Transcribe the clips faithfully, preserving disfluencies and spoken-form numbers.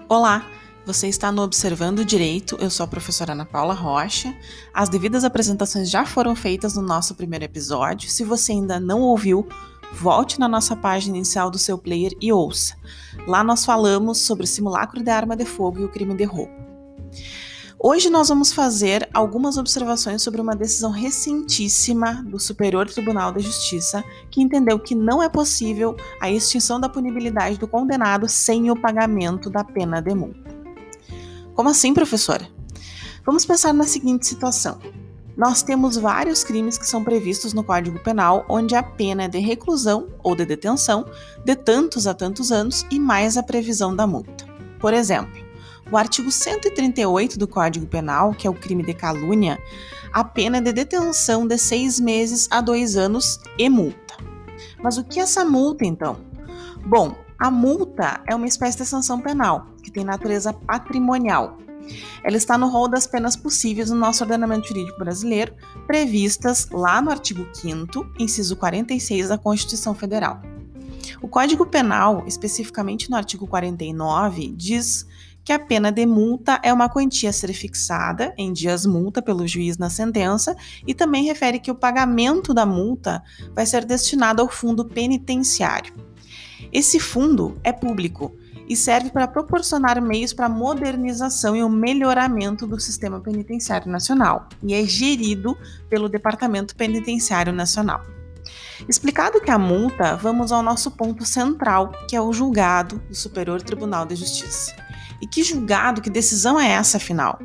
Olá, você está no Observando o Direito, eu sou a professora Ana Paula Rocha. As devidas apresentações já foram feitas no nosso primeiro episódio. Se você ainda não ouviu, volte na nossa página inicial do seu player e ouça. Lá nós falamos sobre o simulacro de arma de fogo e o crime de roubo. Hoje nós vamos fazer algumas observações sobre uma decisão recentíssima do Superior Tribunal de Justiça, que entendeu que não é possível a extinção da punibilidade do condenado sem o pagamento da pena de multa. Como assim, professora? Vamos pensar na seguinte situação. Nós temos vários crimes que são previstos no Código Penal, onde a pena é de reclusão ou de detenção de tantos a tantos anos e mais a previsão da multa. Por exemplo, o artigo cento e trinta e oito do Código Penal, que é o crime de calúnia, a pena é de detenção de seis meses a dois anos e multa. Mas o que é essa multa, então? Bom, a multa é uma espécie de sanção penal, que tem natureza patrimonial. Ela está no rol das penas possíveis no nosso ordenamento jurídico brasileiro, previstas lá no artigo quinto, inciso quarenta e seis da Constituição Federal. O Código Penal, especificamente no artigo quarenta e nove, diz que a pena de multa é uma quantia a ser fixada em dias multa pelo juiz na sentença e também refere que o pagamento da multa vai ser destinado ao fundo penitenciário. Esse fundo é público e serve para proporcionar meios para a modernização e o melhoramento do sistema penitenciário nacional e é gerido pelo Departamento Penitenciário Nacional. Explicado que a multa, vamos ao nosso ponto central, que é o julgado do Superior Tribunal de Justiça. E que julgado, que decisão é essa, afinal?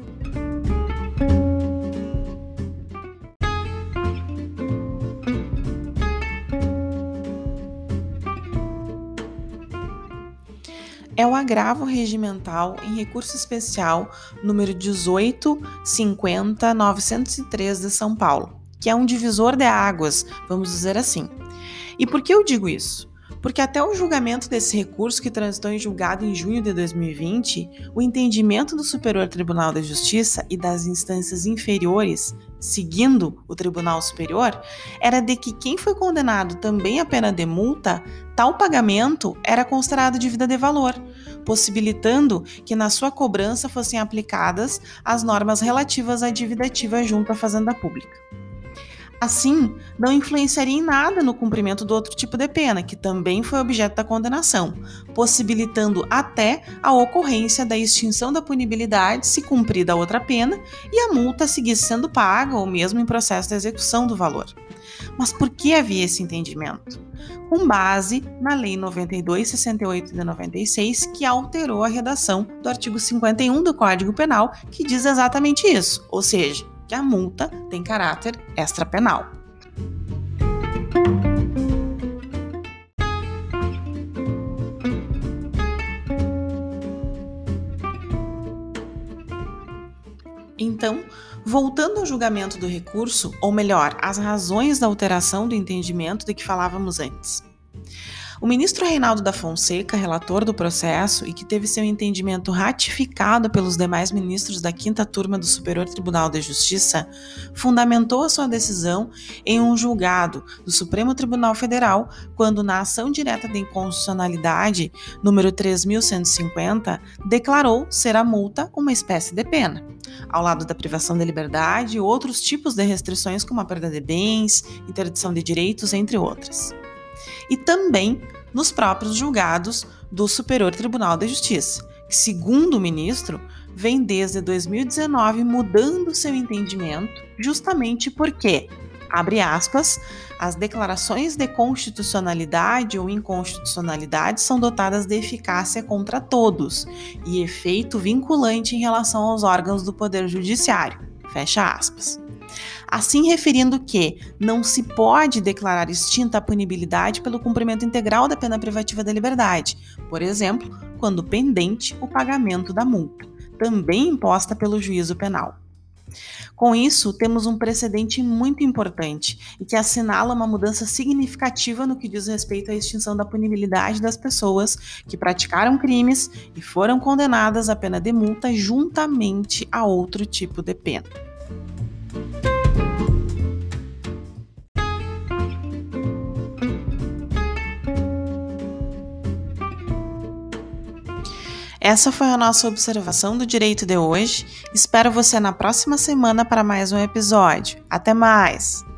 É o agravo regimental em recurso especial número dezoito cinquenta ponto novecentos e três de São Paulo, que é um divisor de águas, vamos dizer assim. E por que eu digo isso? Porque até o julgamento desse recurso, que transitou em julgado em junho de dois mil e vinte, o entendimento do Superior Tribunal de Justiça e das instâncias inferiores, seguindo o Tribunal Superior, era de que quem foi condenado também à pena de multa, tal pagamento era considerado dívida de valor, possibilitando que na sua cobrança fossem aplicadas as normas relativas à dívida ativa junto à Fazenda Pública. Assim, não influenciaria em nada no cumprimento do outro tipo de pena, que também foi objeto da condenação, possibilitando até a ocorrência da extinção da punibilidade se cumprida a outra pena e a multa seguisse sendo paga ou mesmo em processo de execução do valor. Mas por que havia esse entendimento? Com base na Lei noventa e dois, sessenta e oito de noventa e seis, que alterou a redação do artigo cinquenta e um do Código Penal, que diz exatamente isso, ou seja, que a multa tem caráter extrapenal. Então, voltando ao julgamento do recurso, ou melhor, às razões da alteração do entendimento de que falávamos antes. O ministro Reinaldo da Fonseca, relator do processo e que teve seu entendimento ratificado pelos demais ministros da quinta turma do Superior Tribunal de Justiça, fundamentou a sua decisão em um julgado do Supremo Tribunal Federal, quando na ação direta de inconstitucionalidade, número três mil cento e cinquenta, declarou ser a multa uma espécie de pena, ao lado da privação de liberdade e outros tipos de restrições como a perda de bens, interdição de direitos, entre outras. E também nos próprios julgados do Superior Tribunal de Justiça, que, segundo o ministro, vem desde dois mil e dezenove mudando seu entendimento justamente porque, abre aspas, as declarações de constitucionalidade ou inconstitucionalidade são dotadas de eficácia contra todos e efeito vinculante em relação aos órgãos do Poder Judiciário, fecha aspas. Assim, referindo que não se pode declarar extinta a punibilidade pelo cumprimento integral da pena privativa da liberdade, por exemplo, quando pendente o pagamento da multa, também imposta pelo juízo penal. Com isso, temos um precedente muito importante e que assinala uma mudança significativa no que diz respeito à extinção da punibilidade das pessoas que praticaram crimes e foram condenadas à pena de multa juntamente a outro tipo de pena. Essa foi a nossa observação do direito de hoje. Espero você na próxima semana para mais um episódio. Até mais!